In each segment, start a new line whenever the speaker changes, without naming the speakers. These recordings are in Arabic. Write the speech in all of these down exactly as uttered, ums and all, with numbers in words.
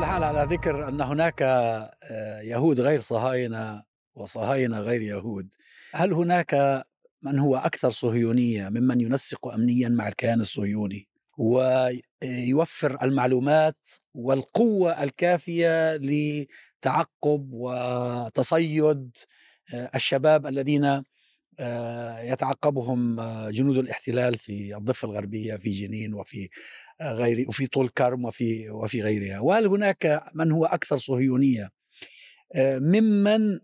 الحال على ذكر أن هناك آه، يهود غير صهاينة وصهاينة غير يهود. هل هناك من هو أكثر صهيونية ممن ينسق أمنيا مع الكيان الصهيوني ويوفر المعلومات والقوة الكافية لتعقب وتصيد آه، الشباب الذين آه، يتعقبهم آه، جنود الاحتلال في الضفة الغربية في جنين وفي آه، غير وفي طول كرم وفي وفي غيرها؟ وهل هناك من هو أكثر صهيونية آه، ممن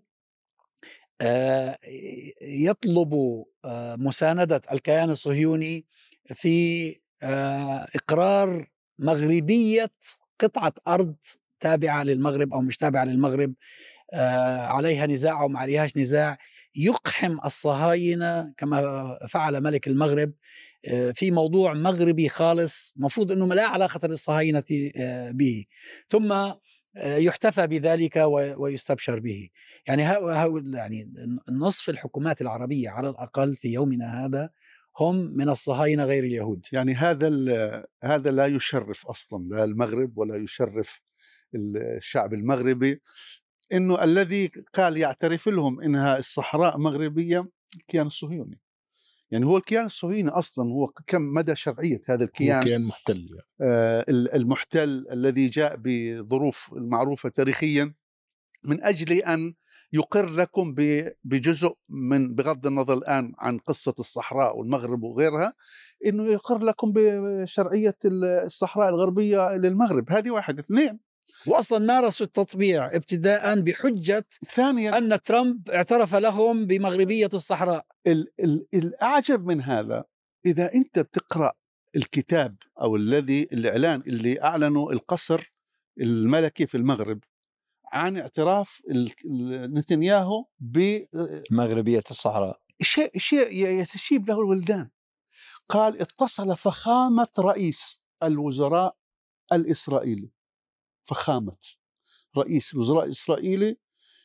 آه، يطلب آه، مساندة الكيان الصهيوني في آه، إقرار مغربية قطعة أرض تابعة للمغرب أو مش تابعة للمغرب، آه، عليها نزاع أو ما عليهاش نزاع، يقحم الصهاينة كما فعل ملك المغرب آه، في موضوع مغربي خالص مفروض أنه لا علاقة للصهاينة آه، به، ثم آه، يحتفى بذلك ويستبشر به. يعني ها يعني نصف الحكومات العربية على الأقل في يومنا هذا هم من الصهاينة غير اليهود.
يعني هذا هذا لا يشرف أصلا لا المغرب ولا يشرف الشعب المغربي، إنه الذي قال يعترف لهم إنها الصحراء مغربية الكيان الصهيوني. يعني هو الكيان الصهيوني أصلا هو كم مدى شرعية هذا الكيان؟
هو كيان محتل يعني.
آه المحتل الذي جاء بظروف المعروفة تاريخيا من أجل أن يقر لكم بجزء من، بغض النظر الآن عن قصة الصحراء والمغرب وغيرها، إنه يقر لكم بشرعية الصحراء الغربية للمغرب. هذه واحد. اثنين،
وأصلا مارسوا التطبيع ابتداء بحجة
ثانيا
أن ترامب اعترف لهم بمغربية الصحراء.
ال ال الأعجب من هذا، إذا أنت بتقرأ الكتاب أو الذي الإعلان اللي أعلنوا القصر الملكي في المغرب عن اعتراف نتنياهو
بمغربية الصحراء،
شيء شيء يستشيب له الولدان. قال اتصل فخامة رئيس الوزراء الإسرائيلي، فخامة رئيس الوزراء الإسرائيلي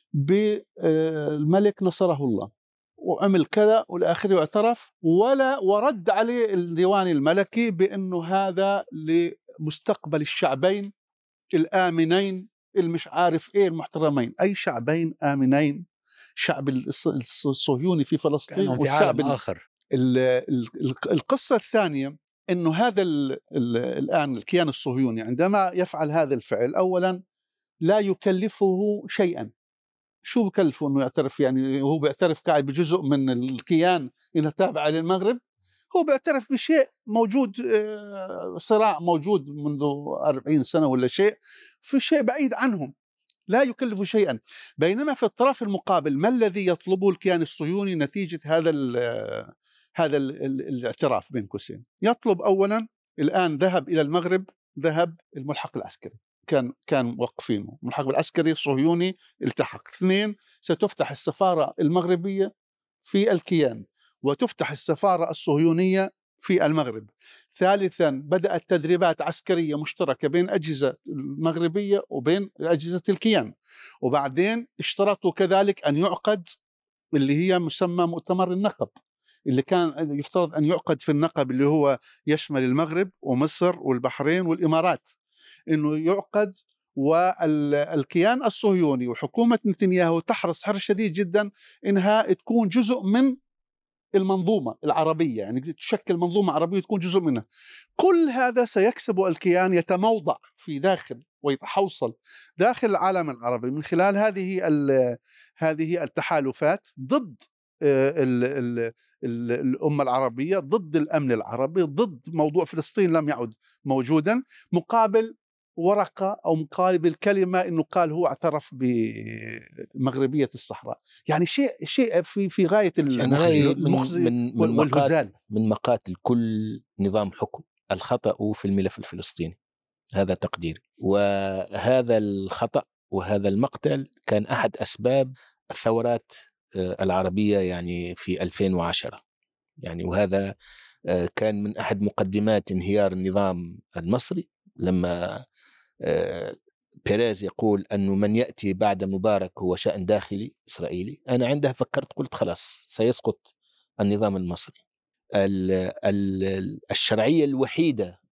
بالملك نصره الله، وعمل كذا والآخر واعترف، ولا ورد عليه الديوان الملكي بأنه هذا لمستقبل الشعبين الآمنين المش عارف إيه المحترمين. أي شعبين آمنين؟ شعب الصهيوني في فلسطين
والشعب آخر.
القصة الثانية إنه هذا ال ال الآن الكيان الصهيوني عندما يفعل هذا الفعل، أولا لا يكلفه شيئا. شو بكلفه إنه يعترف؟ يعني هو بيعترف قاعد بجزء من الكيان إنه تابع للمغرب، هو بيعترف بشيء موجود، صراع موجود منذ أربعين سنة ولا شيء، في شيء بعيد عنهم لا يكلف شيئا. بينما في الطرف المقابل ما الذي يطلبه الكيان الصهيوني نتيجة هذا ال هذا ال الاعتراف بين قوسين؟ يطلب أولا، الآن ذهب إلى المغرب، ذهب الملحق العسكري، كان كان موقفينه الملحق العسكري الصهيوني التحق. اثنين، ستفتح السفارة المغربية في الكيان وتفتح السفارة الصهيونية في المغرب. ثالثا، بدأت تدريبات عسكرية مشتركة بين أجهزة المغربية وبين أجهزة الكيان. وبعدين اشترطوا كذلك أن يعقد اللي هي مسمى مؤتمر النقب، اللي كان يفترض أن يعقد في النقب، اللي هو يشمل المغرب ومصر والبحرين والإمارات، إنه يعقد. والكيان الصهيوني وحكومة نتنياهو تحرص حرص شديد جدا إنها تكون جزء من المنظومة العربية، يعني تشكل منظومة عربية تكون جزء منها. كل هذا سيكسب الكيان يتموضع في داخل ويتحوصل داخل العالم العربي من خلال هذه هذه التحالفات ضد ال ال ال الأمة العربية، ضد الأمن العربي، ضد موضوع فلسطين لم يعد موجودا، مقابل ورقة أو مقابل الكلمة إنه قال هو اعترف بمغربية الصحراء. يعني شيء شيء في في غاية المخزي, المخزي
من من
والهزال.
مقاتل من مقاتل كل نظام حكم الخطأ في الملف الفلسطيني، هذا تقديري. وهذا الخطأ وهذا المقتل كان أحد أسباب الثورات العربية يعني في ألفين وعشرة يعني، وهذا كان من أحد مقدمات انهيار النظام المصري، لما بيريز يقول أنه من يأتي بعد مبارك هو شأن داخلي إسرائيلي. أنا عندها فكرت قلت خلاص سيسقط النظام المصري. ال ال الشرعية الوحيدة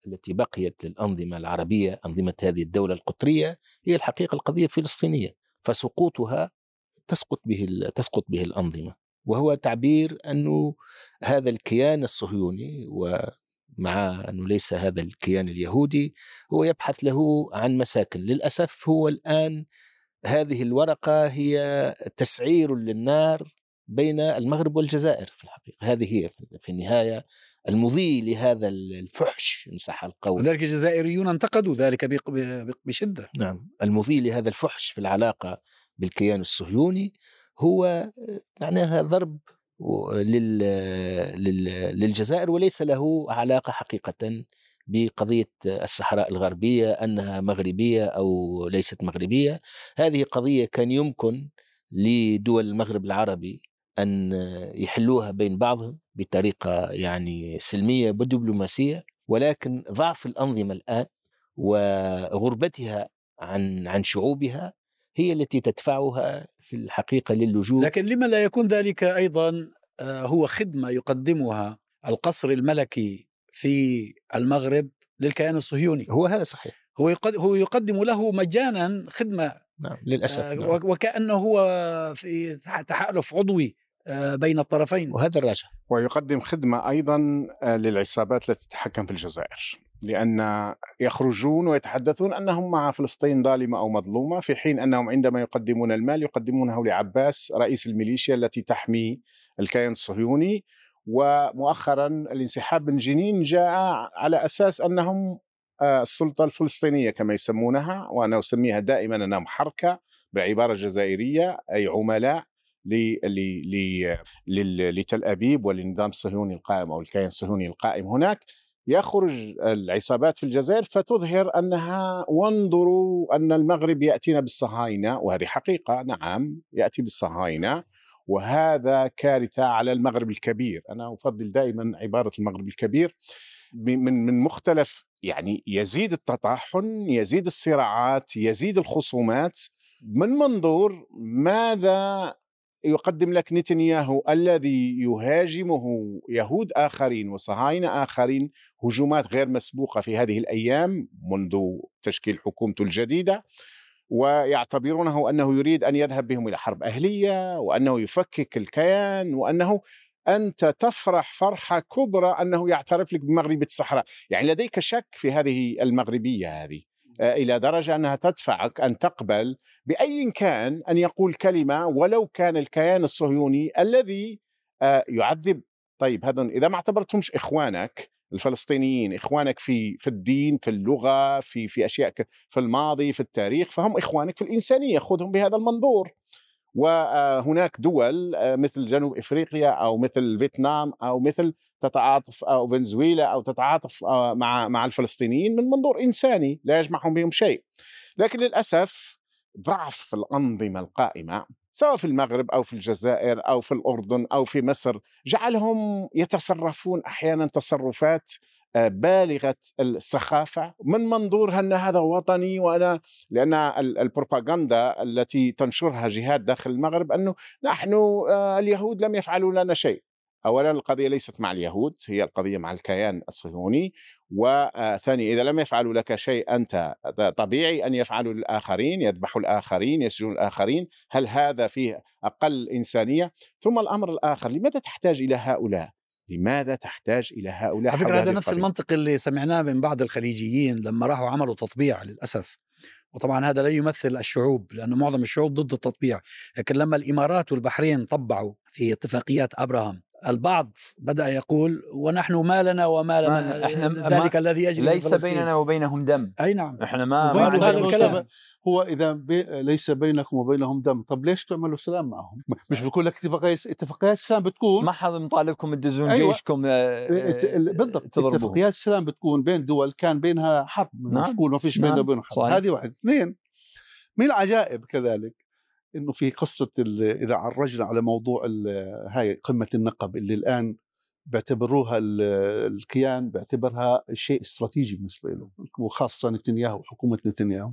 التي بقيت للأنظمة العربية، أنظمة هذه الدولة القطرية، هي الحقيقة القضية الفلسطينية، فسقوطها تسقط به تسقط به الأنظمة. وهو تعبير أنه هذا الكيان الصهيوني، ومع أنه ليس هذا الكيان اليهودي، هو يبحث له عن مساكن. للأسف هو الآن هذه الورقة هي تسعير للنار بين المغرب والجزائر. في الحقيقة هذه هي في النهاية المضي لهذا الفحش إن صح القول.
وذلك الجزائريون انتقدوا ذلك بشدة.
نعم، المضي لهذا الفحش في العلاقة بالكيان الصهيوني هو معناها ضرب لل... لل... للجزائر، وليس له علاقة حقيقة بقضية الصحراء الغربية أنها مغربية أو ليست مغربية. هذه قضية كان يمكن لدول المغرب العربي أن يحلوها بين بعضهم بطريقة يعني سلمية ودبلوماسية، ولكن ضعف الأنظمة الآن وغربتها عن عن شعوبها هي التي تدفعها في الحقيقة للجوء.
لكن لما لا يكون ذلك أيضا هو خدمة يقدمها القصر الملكي في المغرب للكيان الصهيوني؟
هو هذا صحيح،
هو هو يقدم له مجانا خدمة.
نعم للأسف.
آه
نعم.
وكأنه هو في تحالف عضوي آه بين الطرفين،
وهذا الراجع.
ويقدم خدمة أيضا للعصابات التي تتحكم في الجزائر، لأن يخرجون ويتحدثون أنهم مع فلسطين ظالمة أو مظلومة، في حين أنهم عندما يقدمون المال يقدمونه لعباس رئيس الميليشيا التي تحمي الكيان الصهيوني. ومؤخرا الانسحاب من جنين جاء على أساس أنهم السلطة الفلسطينية كما يسمونها، وأنا أسميها دائما أنهم حركة بعبارة جزائرية، أي عملاء لتل أبيب وللنظام الصهيوني القائم أو الكيان الصهيوني القائم هناك. يخرج العصابات في الجزائر فتظهر أنها وانظروا أن المغرب يأتينا بالصهاينة، وهذه حقيقة، نعم يأتي بالصهاينة، وهذا كارثة على المغرب الكبير. أنا أفضل دائما عبارة المغرب الكبير من من مختلف، يعني يزيد التطاحن، يزيد الصراعات، يزيد الخصومات، من منظور ماذا يقدم لك نتنياهو الذي يهاجمه يهود آخرين وصهاينة آخرين هجومات غير مسبوقة في هذه الأيام منذ تشكيل حكومته الجديدة، ويعتبرونه أنه يريد أن يذهب بهم إلى حرب أهلية، وأنه يفكك الكيان، وأنه أنت تفرح فرحة كبرى أنه يعترف لك بمغربية الصحراء. يعني لديك شك في هذه المغربية هذه إلى درجة أنها تدفعك أن تقبل بأي كان أن يقول كلمة ولو كان الكيان الصهيوني الذي يعذب. طيب هذا إذا ما اعتبرتهمش إخوانك الفلسطينيين إخوانك في في الدين، في اللغة، في في أشياء في الماضي، في التاريخ، فهم إخوانك في الإنسانية، خذهم بهذا المنظور. وهناك دول مثل جنوب إفريقيا أو مثل فيتنام أو مثل تتعاطف أو فنزويلا أو تتعاطف مع مع الفلسطينيين من منظور إنساني لا يجمعهم بهم شيء. لكن للأسف ضعف الأنظمة القائمة سواء في المغرب أو في الجزائر أو في الأردن أو في مصر جعلهم يتصرفون أحيانا تصرفات بالغة السخافة من منظور أن هذا وطني. وأنا لأن البروباغندا التي تنشرها جهات داخل المغرب أنه نحن اليهود لم يفعلوا لنا شيء. أولا القضية ليست مع اليهود، هي القضية مع الكيان الصهيوني. وثاني إذا لم يفعلوا لك شيء أنت طبيعي أن يفعلوا للآخرين، يذبحوا الآخرين، يسجنوا الآخرين. هل هذا فيه أقل إنسانية؟ ثم الأمر الآخر، لماذا تحتاج إلى هؤلاء؟ لماذا تحتاج إلى هؤلاء؟
على فكرة هذا نفس المنطق اللي سمعناه من بعض الخليجيين لما راحوا عملوا تطبيع للأسف. وطبعا هذا لا يمثل الشعوب لأن معظم الشعوب ضد التطبيع، لكن لما الإمارات والبحرين طبعوا في اتفاقيات أبراهام البعض بدأ يقول ونحن ما لنا وما لنا
إحنا
ذلك
ما
الذي يجري
ليس بيننا وبينهم دم.
أي نعم،
إحنا ما,
ما
هذا
الكلام.
هو إذا بي ليس بينكم وبينهم دم، طب ليش تعملوا سلام معهم؟ مش بقول لك اتفاقيات اتفاقيات السلام بتكون
ما حد مطالبكم تدزون
أيوة.
جيشكم
بالضبط. اتفاقيات السلام بتكون بين دول كان بينها حرب،
نعم.
تكون ما فيش بيننا
نعم.
وبينهم حرب. هذه واحد. اثنين، من العجائب كذلك إنه في قصة إذا عرجنا على موضوع هاي قمة النقب اللي الآن بيعتبروها الكيان بيعتبرها شيء استراتيجي بالنسبة له، وخاصة نتنياهو وحكومة نتنياهو،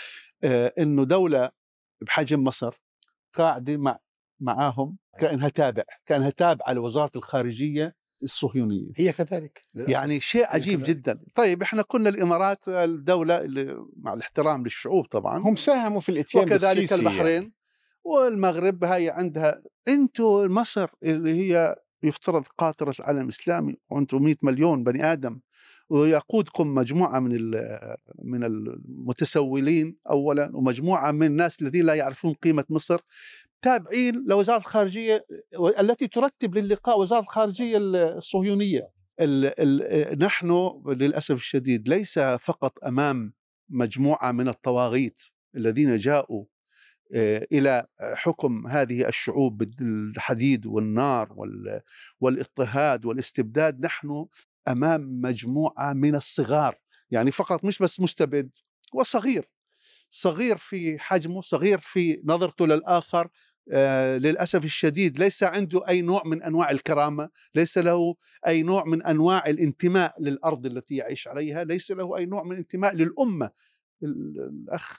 آه إنه دولة بحجم مصر قاعدة مع معاهم كأنها تابع كأنها تابعة لوزارة الخارجية الصهيونية.
هي كذلك للأسف.
يعني شيء عجيب
كذلك.
جدا. طيب إحنا كنا الإمارات الدولة اللي مع الاحترام للشعوب طبعا
هم ساهموا في الاتيان
وكذلك
بالسيسي
البحرين
يعني.
والمغرب هاي عندها. أنتوا مصر اللي هي يفترض قاطرة العالم الإسلامي وأنتوا مئة مليون بني آدم ويقودكم مجموعة من من المتسولين أولا ومجموعة من الناس الذين لا يعرفون قيمة مصر تابعين لوزارة الخارجية التي ترتب للقاء وزارة الخارجية الصهيونية. ال ال نحن للأسف الشديد ليس فقط أمام مجموعة من الطواغيت الذين جاءوا إلى حكم هذه الشعوب بالحديد والنار والاضطهاد والاستبداد، نحن أمام مجموعة من الصغار. يعني فقط مش بس مستبد، وصغير صغير في حجمه، صغير في نظرته للآخر. آه للأسف الشديد ليس عنده أي نوع من أنواع الكرامة، ليس له أي نوع من أنواع الانتماء للأرض التي يعيش عليها، ليس له أي نوع من الانتماء للأمة. الأخ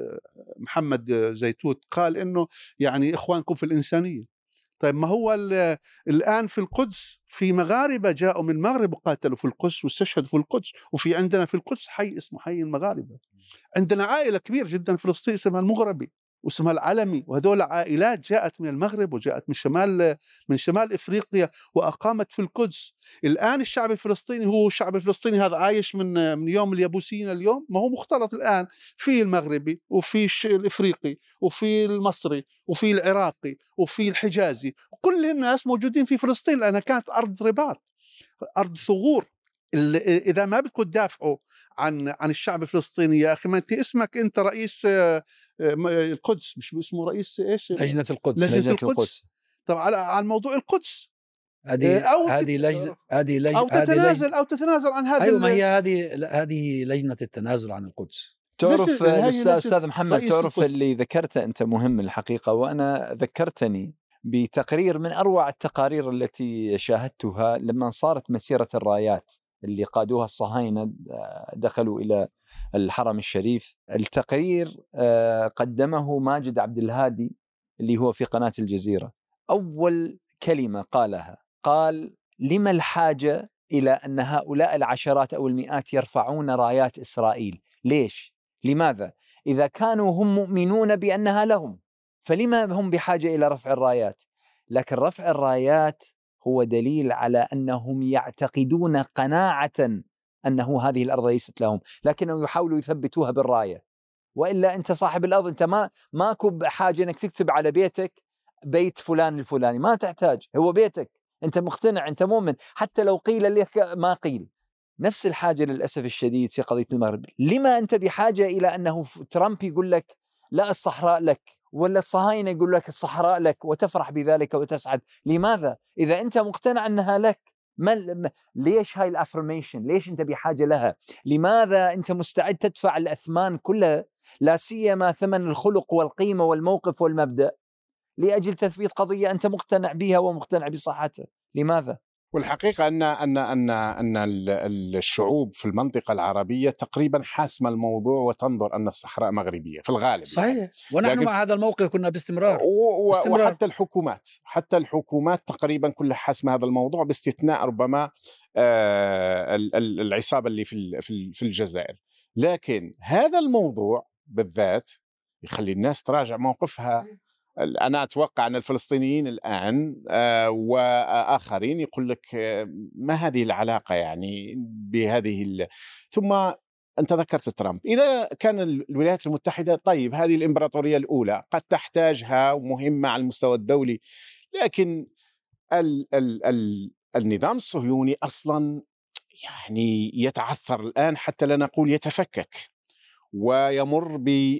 محمد زيتوت قال إنه يعني إخوانكم في الإنسانية. طيب ما هو الآن في القدس في مغاربة جاءوا من المغرب وقاتلوا في القدس واستشهدوا في القدس، وفي عندنا في القدس حي اسمه حي المغاربة. عندنا عائلة كبيرة جدا فلسطين اسمها المغربي واسمها العلمي، وهذول عائلات جاءت من المغرب وجاءت من شمال من شمال افريقيا واقامت في القدس. الان الشعب الفلسطيني هو الشعب الفلسطيني هذا عايش من من يوم اليابوسيين اليوم، ما هو مختلط الان في المغربي وفي الافريقي وفي المصري وفي العراقي وفي الحجازي، كل الناس موجودين في فلسطين لانها كانت ارض رباط، ارض ثغور. إذا ما بدكم تدافعوا عن عن الشعب الفلسطيني يا أخي، ما أنت اسمك أنت رئيس القدس، مش اسمه رئيس إيش؟
لجنة القدس.
لجنة, لجنة
القدس.
القدس. طبعا على عن موضوع القدس
هذه
أو
هذه لجنة هذه لجنة
أو تتنازل أو تتنازل عن هذا.
أيوة، ما هي هذه هذه لجنة التنازل عن القدس.
تعرف أستاذ محمد، تعرف
القدس.
اللي ذكرته أنت مهم الحقيقة، وأنا ذكرتني بتقرير من أروع التقارير التي شاهدتها لما صارت مسيرة الرايات اللي قادوها الصهاينة دخلوا إلى الحرم الشريف. التقرير قدمه ماجد عبد الهادي اللي هو في قناة الجزيرة. أول كلمة قالها قال: لما الحاجة إلى أن هؤلاء العشرات أو المئات يرفعون رايات إسرائيل؟ ليش؟ لماذا؟ إذا كانوا هم مؤمنون بأنها لهم، فلما هم بحاجة إلى رفع الرايات؟ لكن رفع الرايات هو دليل على أنهم يعتقدون قناعة أنه هذه الأرض ليست لهم، لكنهم يحاولوا يثبتوها بالراية. وإلا أنت صاحب الأرض، أنت ما ماكو بحاجة أنك تكتب على بيتك بيت فلان الفلاني، ما تحتاج، هو بيتك، أنت مقتنع، أنت مؤمن، حتى لو قيل لك ما قيل. نفس الحاجة للأسف الشديد في قضية المغرب. لما أنت بحاجة إلى أنه ترامب يقول لك لا الصحراء لك، ولا الصهاينة يقول لك الصحراء لك، وتفرح بذلك وتسعد؟ لماذا؟ إذا أنت مقتنع أنها لك، ما ليش هاي الأفرميشن؟ ليش أنت بحاجة لها؟ لماذا أنت مستعد تدفع الأثمان كلها، لا سيما ثمن الخلق والقيمة والموقف والمبدأ، لأجل تثبيت قضية أنت مقتنع بها ومقتنع بصحتها؟ لماذا؟
والحقيقة أن أن أن أن الشعوب في المنطقة العربية تقريبا حاسمة الموضوع وتنظر أن الصحراء مغربية في الغالب.
صحيح يعني. ونحن مع هذا الموقف كنا باستمرار.
و... باستمرار. وحتى الحكومات حتى الحكومات تقريبا كلها حاسمة هذا الموضوع، باستثناء ربما آه العصابة اللي في في الجزائر. لكن هذا الموضوع بالذات يخلي الناس تراجع موقفها. أنا أتوقع أن الفلسطينيين الآن آه وآخرين يقول لك آه ما هذه العلاقة يعني بهذه ال... ثم أنت ذكرت ترامب. إذا كان الولايات المتحدة، طيب هذه الإمبراطورية الأولى قد تحتاجها ومهمة على المستوى الدولي، لكن ال ال ال النظام الصهيوني أصلا يعني يتعثر الآن، حتى لا نقول يتفكك، ويمر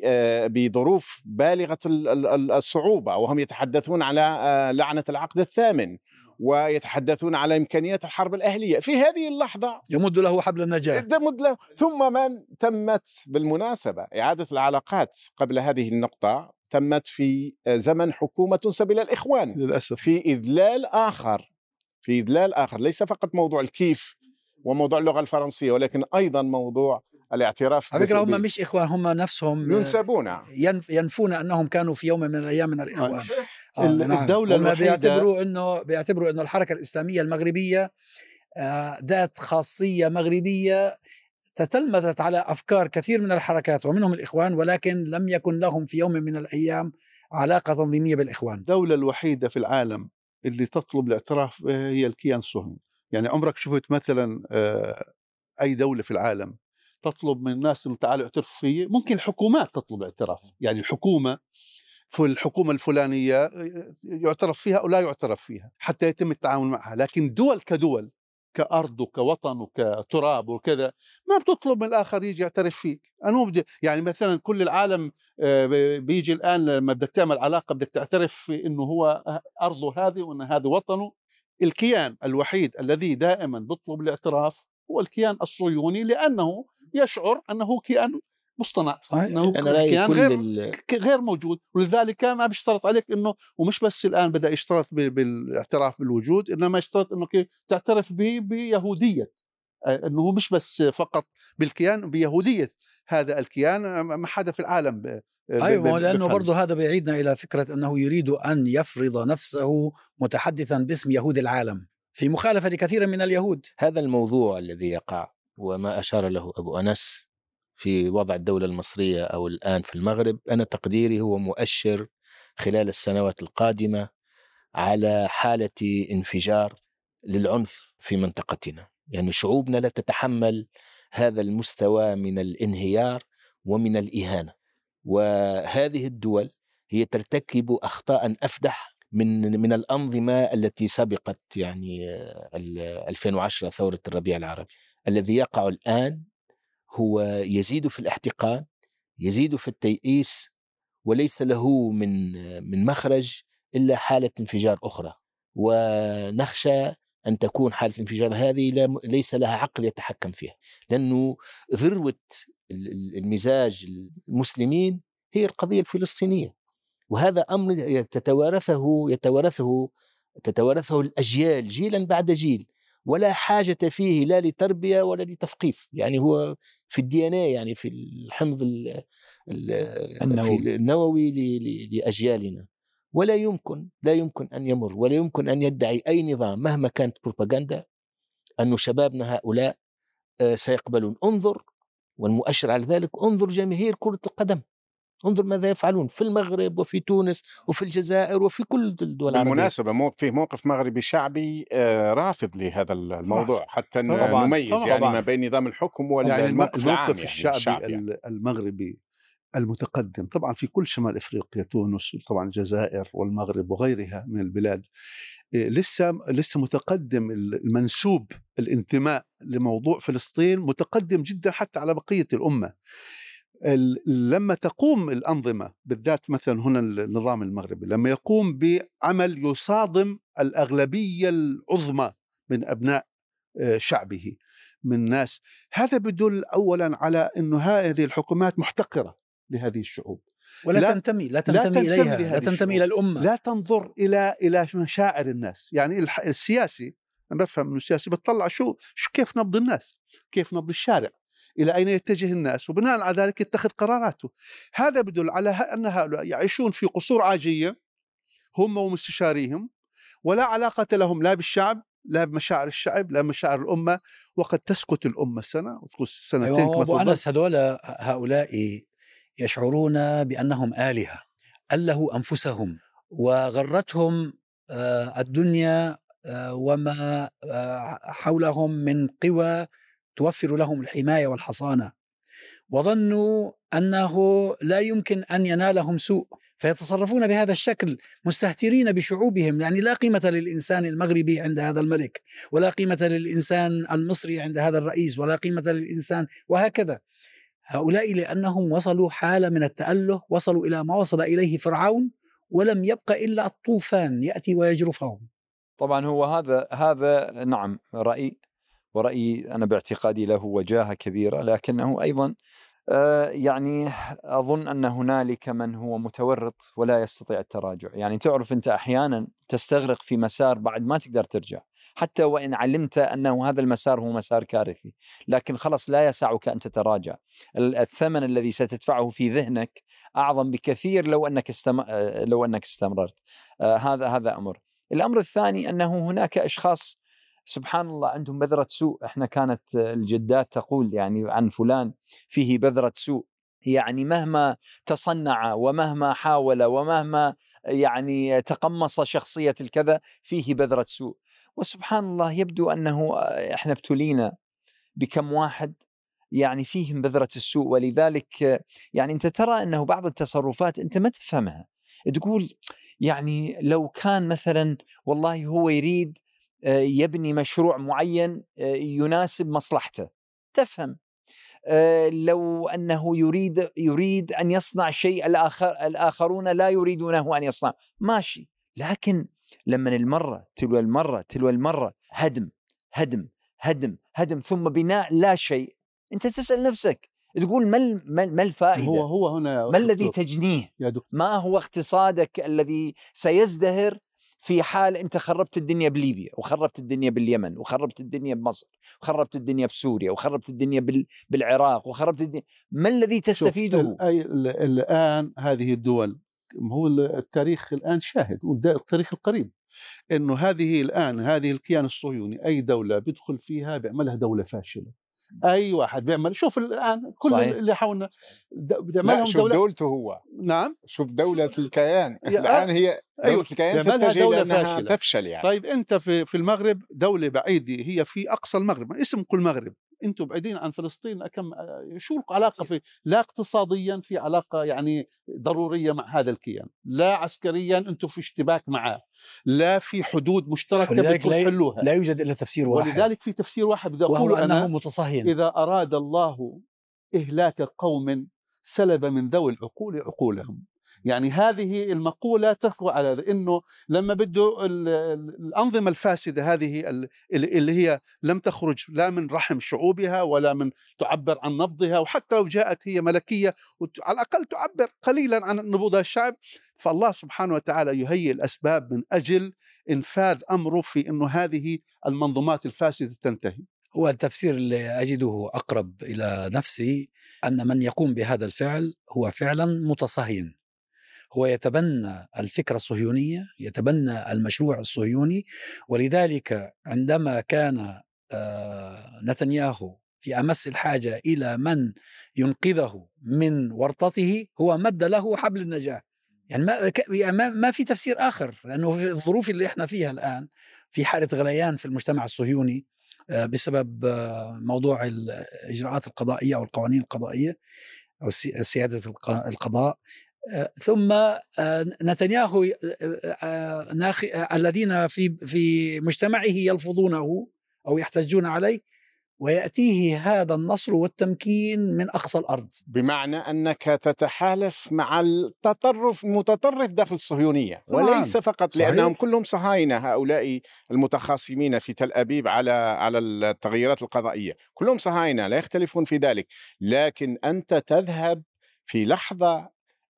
بظروف بالغة الصعوبة، وهم يتحدثون على لعنة العقد الثامن، ويتحدثون على إمكانيات الحرب الأهلية. في هذه اللحظة
يمد له حبل النجاة.
يمد له. ثم من تمت بالمناسبة إعادة العلاقات قبل هذه النقطة تمت في زمن حكومة سبيل الإخوان
للأسف،
في إذلال آخر في إذلال آخر ليس فقط موضوع الكيف وموضوع اللغة الفرنسية، ولكن أيضا موضوع الاعتراف.
على فكرة هم مش إخوان، هم نفسهم
ينسبون
ينف ينفون أنهم كانوا في يوم من الأيام من الإخوان. آه نعم.
الدولة
هم
الوحيدة
بيعتبروا انه بيعتبروا انه الحركة الإسلامية المغربية آه ذات خاصية مغربية تتلمذت على أفكار كثير من الحركات ومنهم الإخوان، ولكن لم يكن لهم في يوم من الأيام علاقة تنظيمية بالإخوان.
الدولة الوحيدة في العالم اللي تطلب الاعتراف بها هي الكيان الصهيوني. يعني عمرك شفت مثلا أي دولة في العالم تطلب من الناس أن تعالوا اعترفوا فيه؟ ممكن الحكومات تطلب اعتراف، يعني الحكومة في الحكومة الفلانية يعترف فيها أو لا يعترف فيها حتى يتم التعامل معها، لكن دول كدول كأرض وكوطن وكتراب وكذا ما بتطلب من الآخر يجي يعترف فيك. أنا بدي يعني مثلا كل العالم بيجي الآن لما بدك تعمل علاقة بدك تعترف في إنه هو أرضه هذه وإن هذا وطنه. الكيان الوحيد الذي دائما بيطلب الاعتراف هو الكيان الصهيوني، لأنه يشعر أنه كيان مصطنع، انه كيان غير غير موجود، ولذلك ما بيشترط عليك انه، ومش بس الان بدا يشترط بالاعتراف بالوجود، انما يشترط انه تعترف به بيهوديه، انه مش بس فقط بالكيان، بيهوديه هذا الكيان. ما حدا في العالم ب
ايوه، لانه برضه هذا بيعيدنا الى فكره انه يريد ان يفرض نفسه متحدثا باسم يهود العالم في مخالفه لكثير من اليهود.
هذا الموضوع الذي يقع وما اشار له ابو انس في وضع الدولة المصرية أو الآن في المغرب، أنا تقديري هو مؤشر خلال السنوات القادمة على حالة انفجار للعنف في منطقتنا. يعني شعوبنا لا تتحمل هذا المستوى من الانهيار ومن الإهانة، وهذه الدول هي ترتكب أخطاء أفدح من من الأنظمة التي سبقت يعني ألفين وعشرة ثورة الربيع العربي. الذي يقع الآن هو يزيد في الاحتقان، يزيد في التيئيس، وليس له من من مخرج إلا حالة انفجار أخرى، ونخشى أن تكون حالة الانفجار هذه ليس لها عقل يتحكم فيها، لأنه ذروة المزاج المسلمين هي القضية الفلسطينية، وهذا أمر تتوارثه يتوارثه تتوارثه الأجيال جيلا بعد جيل، ولا حاجة فيه لا لتربية ولا لتثقيف. يعني هو في الدي ان اي، يعني في الحمض النووي, النووي لأجيالنا، ولا يمكن لا يمكن أن يمر، ولا يمكن أن يدعي أي نظام مهما كانت بروباغندا أن شبابنا هؤلاء سيقبلون. انظر، والمؤشر على ذلك، انظر جماهير كرة القدم، انظر ماذا يفعلون في المغرب وفي تونس وفي الجزائر وفي كل الدول العربية.
بالمناسبة مو في موقف مغربي شعبي رافض لهذا الموضوع حتى
طبعاً
نميز
طبعاً
يعني
طبعاً
ما بين نظام الحكم والموقف
يعني الموقف
العام
الشعبي
يعني الشعب يعني.
المغربي المتقدم طبعا في كل شمال افريقيا، تونس طبعا الجزائر والمغرب وغيرها من البلاد، لسه لسه متقدم. المنسوب الانتماء لموضوع فلسطين متقدم جدا حتى على بقية الأمة. لما تقوم الأنظمة بالذات مثلا هنا النظام المغربي لما يقوم بعمل يصادم الأغلبية العظمى من أبناء شعبه من ناس، هذا بدل أولا على أنه هذه الحكومات محتقرة لهذه الشعوب،
ولا لا تنتمي لا تنتمي, لا تنتمي إليها، لا تنتمي إلى الأمة،
لا تنظر إلى إلى مشاعر الناس. يعني السياسي أنا بفهم أنه السياسي بتطلع شو كيف نبض الناس، كيف نبض الشارع، إلى أين يتجه الناس، وبناء على ذلك يتخذ قراراته. هذا بدل على أن هؤلاء يعيشون في قصور عاجية هم ومستشاريهم، ولا علاقة لهم لا بالشعب لا بمشاعر الشعب لا بمشاعر الأمة، وقد تسكت الأمة سنة وتسكت سنتين.
أيوة أبو أنس، هدول هؤلاء يشعرون بأنهم آلهة، ألهوا أنفسهم وغرتهم الدنيا وما حولهم من قوى توفر لهم الحماية والحصانة، وظنوا أنه لا يمكن أن ينالهم سوء، فيتصرفون بهذا الشكل مستهترين بشعوبهم. يعني لا قيمة للإنسان المغربي عند هذا الملك، ولا قيمة للإنسان المصري عند هذا الرئيس، ولا قيمة للإنسان، وهكذا. هؤلاء لأنهم وصلوا حالة من التأله، وصلوا إلى ما وصل إليه فرعون، ولم يبقى إلا الطوفان يأتي ويجرفهم.
طبعا هو هذا هذا نعم رأي، ورأيي أنا باعتقادي له وجاهة كبيرة، لكنه أيضا آه يعني أظن أن هنالك من هو متورط ولا يستطيع التراجع. يعني تعرف أنت أحيانا تستغرق في مسار بعد ما تقدر ترجع، حتى وإن علمت أنه هذا المسار هو مسار كارثي، لكن خلص لا يسعك أن تتراجع. الثمن الذي ستدفعه في ذهنك أعظم بكثير لو أنك استم... لو أنك استمررت. آه هذا هذا أمر. الأمر الثاني أنه هناك أشخاص سبحان الله عندهم بذرة سوء. احنا كانت الجدات تقول يعني عن فلان فيه بذرة سوء، يعني مهما تصنع ومهما حاول ومهما يعني تقمص شخصية الكذا فيه بذرة سوء. وسبحان الله يبدو أنه احنا ابتلينا بكم واحد يعني فيهم بذرة السوء. ولذلك يعني أنت ترى أنه بعض التصرفات أنت ما تفهمها، تقول يعني لو كان مثلا والله هو يريد يبني مشروع معين يناسب مصلحته تفهم، لو أنه يريد يريد أن يصنع شيء الآخر الآخرون لا يريدونه أن يصنع ماشي، لكن لما المرة تلو المرة تلو المرة هدم هدم هدم هدم ثم بناء لا شيء، أنت تسأل نفسك تقول ما ما الفائدة؟
هو هو هنا
ما الذي تجنيه؟ ما هو اقتصادك الذي سيزدهر في حال أنت خربت الدنيا بليبيا وخربت الدنيا باليمن وخربت الدنيا بمصر وخربت الدنيا بسوريا وخربت الدنيا بالعراق وخربت الدنيا؟ ما الذي تستفيده؟
الآن هذه الدول، هو التاريخ الآن شاهد والتاريخ القريب إنه هذه الآن هذه الكيان الصهيوني أي دولة بيدخل فيها بيعملها دولة فاشلة. أي واحد بيعمل، شوف الآن كل صحيح. اللي حولنا
بيعملهم شوف دولة دولته هو
نعم
شوف دولة الكيان الآن هي دولة أيوة. الكيان تتجه دولة فاشلة تفشل يعني.
طيب أنت في في المغرب دولة بعيدة هي في أقصى المغرب، اسم كل مغرب، أنتم بعيدين عن فلسطين كم شو العلاقة؟ في لا اقتصاديا في علاقة يعني ضرورية مع هذا الكيان، لا عسكريا أنتم في اشتباك معه، لا في حدود مشتركة بتحلوها،
لا يوجد إلا تفسير واحد،
ولذلك في تفسير واحد بدي
وهو
أقول
أنه متصهين.
إذا أراد الله إهلاك قوم سلب من ذوي العقول عقولهم. يعني هذه المقولة تخضع على إنه لما بده الأنظمة الفاسدة هذه اللي هي لم تخرج لا من رحم شعوبها ولا من تعبر عن نبضها، وحتى لو جاءت هي ملكية على الأقل تعبر قليلا عن نبوض الشعب، فالله سبحانه وتعالى يهيئ الأسباب من أجل إنفاذ أمره في إنه هذه المنظومات الفاسدة تنتهي.
هو التفسير اللي أجده أقرب إلى نفسي أن من يقوم بهذا الفعل هو فعلا متصهين، هو يتبنى الفكرة الصهيونية، يتبنى المشروع الصهيوني. ولذلك عندما كان نتنياهو في أمس الحاجة إلى من ينقذه من ورطته هو مد له حبل النجاة. يعني ما, ما في تفسير آخر، لأنه في الظروف اللي احنا فيها الآن في حالة غليان في المجتمع الصهيوني بسبب موضوع الإجراءات القضائية أو القوانين القضائية أو سيادة القضاء، ثم نتنياهو الذين في في مجتمعه يلفظونه أو يحتجون عليه، ويأتيه هذا النصر والتمكين من أقصى الأرض.
بمعنى أنك تتحالف مع التطرف المتطرف داخل الصهيونية، وليس فقط صحيح. لأنهم كلهم صهاينة هؤلاء المتخاصمين في تل أبيب على على التغييرات القضائية، كلهم صهاينة لا يختلفون في ذلك، لكن أنت تذهب في لحظة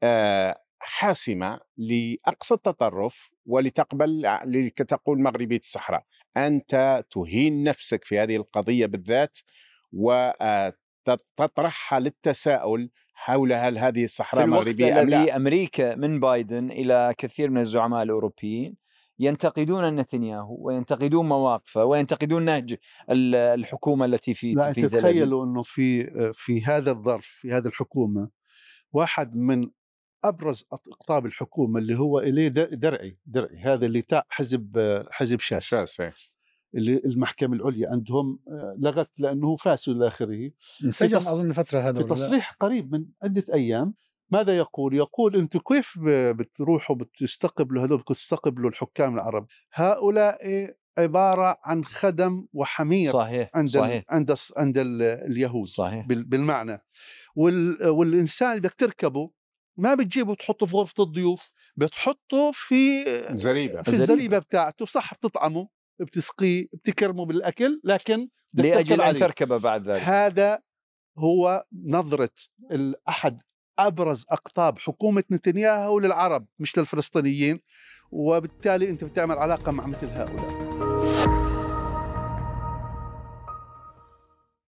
حاسمة لأقصى التطرف ولتقبل لتقول مغربية الصحراء. أنت تهين نفسك في هذه القضية بالذات وتطرحها للتساؤل حول هل هذه الصحراء مغربية
أم لا. أمريكا من بايدن إلى كثير من الزعماء الأوروبيين ينتقدون نتنياهو وينتقدون مواقفه وينتقدون نهج الحكومة التي في
لا في تخيلوا أنه في في هذا الظرف في هذه الحكومة واحد من أبرز أقطاب الحكومة اللي هو إليه درعي درعي هذا اللي تاع حزب حزب شاس,
شاس
اللي المحكمة العليا عندهم لغت لأنه فاسد إلى آخره.
انسجن أظن فترة هذا
في تصريح قريب من عدة أيام ماذا يقول؟ يقول أنتم كيف بتروحوا بتستقبلوا هذول بتستقبلوا الحكام العرب؟ هؤلاء عبارة عن خدم وحمير
صحيح.
عند
صحيح.
عند عند اليهود
صحيح.
بالمعنى. وال والإنسان اللي بدك تركبه ما بتجيبه تحطه في غرفة الضيوف، بتحطه في
زريبة
في الزريبة بتاعته، صح بتطعمه بتسقيه بتكرمه بالأكل، لكن
لأجل أن تركبه بعد ذلك.
هذا هو نظرة أحد أبرز أقطاب حكومة نتنياهو للعرب مش للفلسطينيين، وبالتالي أنت بتعمل علاقة مع مثل هؤلاء.